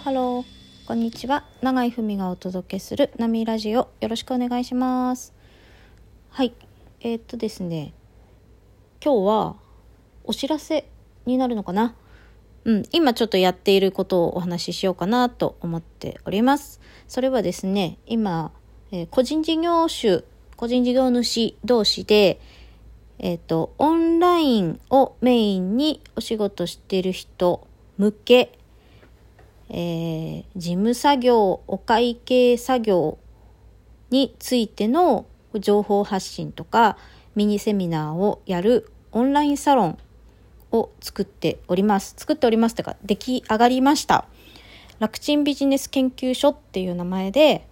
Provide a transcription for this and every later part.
ハロー。こんにちは。永井文がお届けするナミラジオ。よろしくお願いします。はい。ですね。今日はお知らせになるのかな。今ちょっとやっていることをお話ししようかなと思っております。それはですね、今、個人事業主同士で、オンラインをメインにお仕事している人向け、事務作業、お会計作業についての情報発信とかミニセミナーをやるオンラインサロンを作っておりますというか出来上がりました。楽ちんビジネス研究所っていう名前で、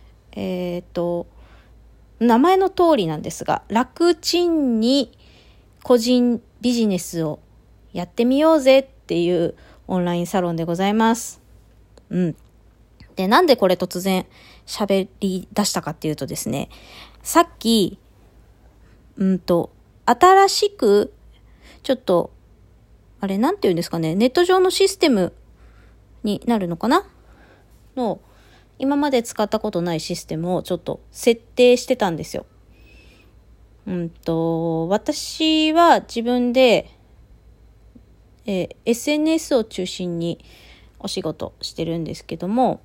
名前の通りなんですが、楽ちんに個人ビジネスをやってみようぜっていうオンラインサロンでございます。で、なんでこれ突然喋り出したかっていうとですね、さっき、新しく、ちょっと、なんていうんですかね、ネット上のシステムになるのかなの、今まで使ったことないシステムをちょっと設定してたんですよ。私は自分で、SNS を中心にお仕事してるんですけども、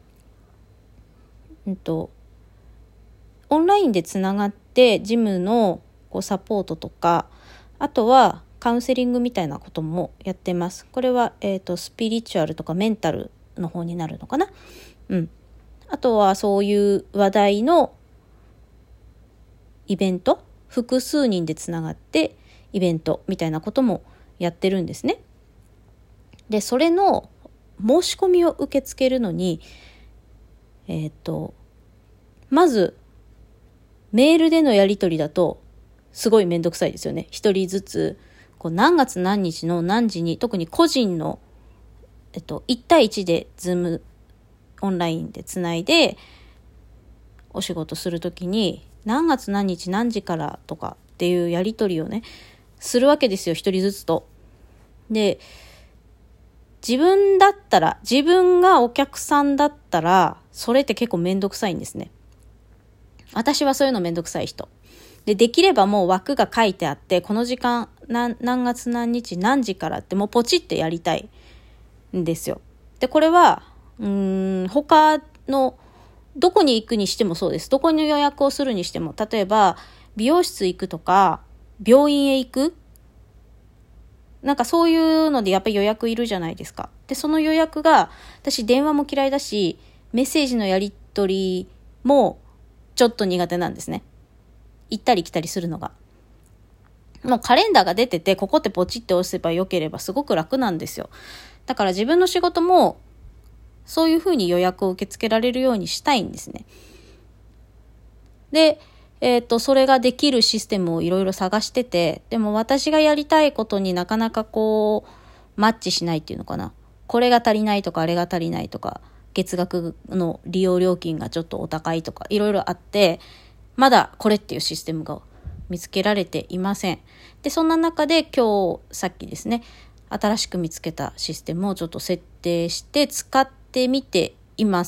オンラインでつながってジムのサポートとか、あとはカウンセリングみたいなこともやってます。これは、スピリチュアルとかメンタルの方になるのかな。あとはそういう話題のイベント、複数人でつながってイベントみたいなこともやってるんですね。で、それの申し込みを受け付けるのに、まずメールでのやり取りだとすごいめんどくさいですよね。一人ずつ何月何日の何時に、特に個人の、1対1でズームオンラインでつないでお仕事するときに、何月何日何時からとかっていうやり取りをねするわけですよ、一人ずつと。で、自分がお客さんだったらそれって結構めんどくさいんですね。私はそういうのめんどくさい人で、できればもう枠が書いてあって、この時間何月何日何時からってもうポチってやりたいんですよ。で、これは他のどこに行くにしてもそうです。どこに予約をするにしても、例えば美容室行くとか病院へ行く、そういうのでやっぱり予約いるじゃないですか。で、その予約が、私電話も嫌いだし、メッセージのやり取りもちょっと苦手なんですね。行ったり来たりするのが。もうカレンダーが出てて、ここってポチって押せばよければすごく楽なんですよ。だから自分の仕事もそういうふうに予約を受け付けられるようにしたいんですね。で、それができるシステムをいろいろ探してて、でも私がやりたいことになかなかマッチしないっていうのかな。これが足りないとかあれが足りないとか、月額の利用料金がちょっとお高いとかいろいろあって、まだこれっていうシステムが見つけられていません。で、そんな中で今日さっきですね、新しく見つけたシステムをちょっと設定して使ってみています。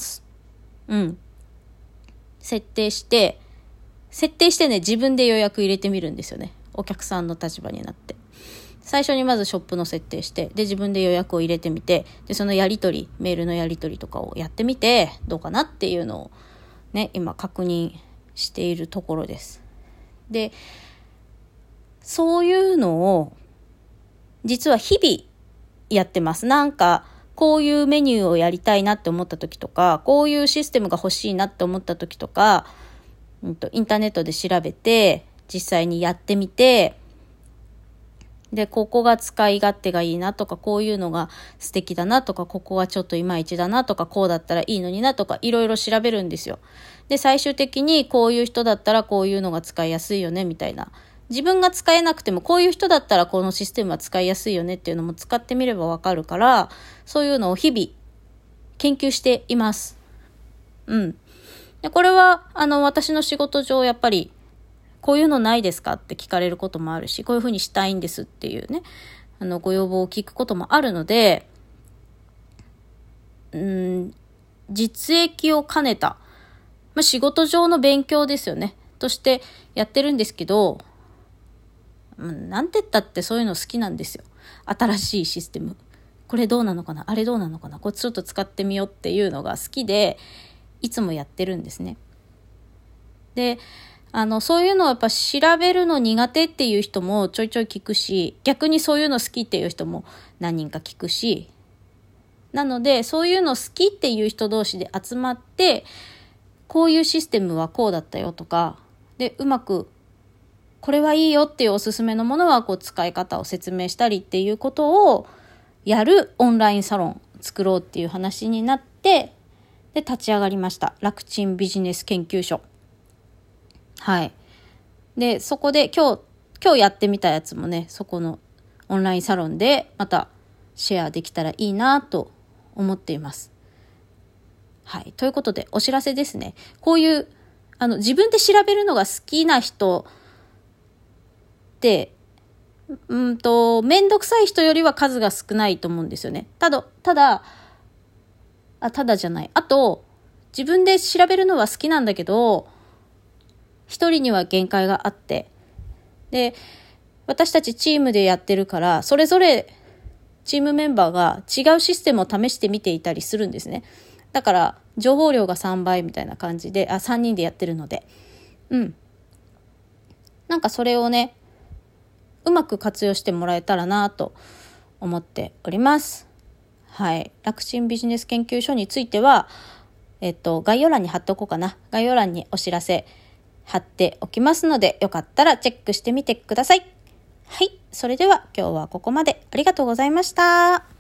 設定してね、自分で予約入れてみるんですよね。お客さんの立場になって。最初にまずショップの設定して、で、自分で予約を入れてみて、で、そのやり取り、メールのやり取りとかをやってみて、どうかなっていうのをね、今確認しているところです。で、そういうのを、実は日々やってます。こういうメニューをやりたいなって思った時とか、こういうシステムが欲しいなって思った時とか、インターネットで調べて、実際にやってみて、で、ここが使い勝手がいいなとか、こういうのが素敵だなとか、ここはちょっといまいちだなとか、こうだったらいいのになとか、いろいろ調べるんですよ。で、最終的にこういう人だったらこういうのが使いやすいよね、みたいな。自分が使えなくても、こういう人だったらこのシステムは使いやすいよねっていうのも使ってみればわかるから、そういうのを日々研究しています。で、これは、私の仕事上、やっぱり、こういうのないですかって聞かれることもあるし、こういうふうにしたいんですっていうね、ご要望を聞くこともあるので、 実益を兼ねた、仕事上の勉強ですよね。としてやってるんですけど、なんて言ったってそういうの好きなんですよ。新しいシステム。これどうなのかな、あれどうなのかな、これちょっと使ってみようっていうのが好きで、いつもやってるんですね。で、そういうのをやっぱ調べるの苦手っていう人もちょいちょい聞くし、逆にそういうの好きっていう人も何人か聞くし、なのでそういうの好きっていう人同士で集まって、こういうシステムはこうだったよとか、で、うまくこれはいいよっていうおすすめのものはこう使い方を説明したりっていうことをやるオンラインサロン作ろうっていう話になって、で、立ち上がりました。楽ちんビジネス研究所。はい。で、そこで今日やってみたやつもね、そこのオンラインサロンでまたシェアできたらいいなと思っています。はい。ということで、お知らせですね。こういう、自分で調べるのが好きな人って、めんどくさい人よりは数が少ないと思うんですよね。ただじゃない。あと、自分で調べるのは好きなんだけど、一人には限界があって。で、私たちチームでやってるから、それぞれチームメンバーが違うシステムを試してみていたりするんですね。だから、情報量が3倍みたいな感じで、3人でやってるので。なんかそれをね、うまく活用してもらえたらなと思っております。はい。楽ちんビジネス研究所については、概要欄に貼っておこうかな。概要欄にお知らせ貼っておきますので、よかったらチェックしてみてください。はい。それでは今日はここまで。ありがとうございました。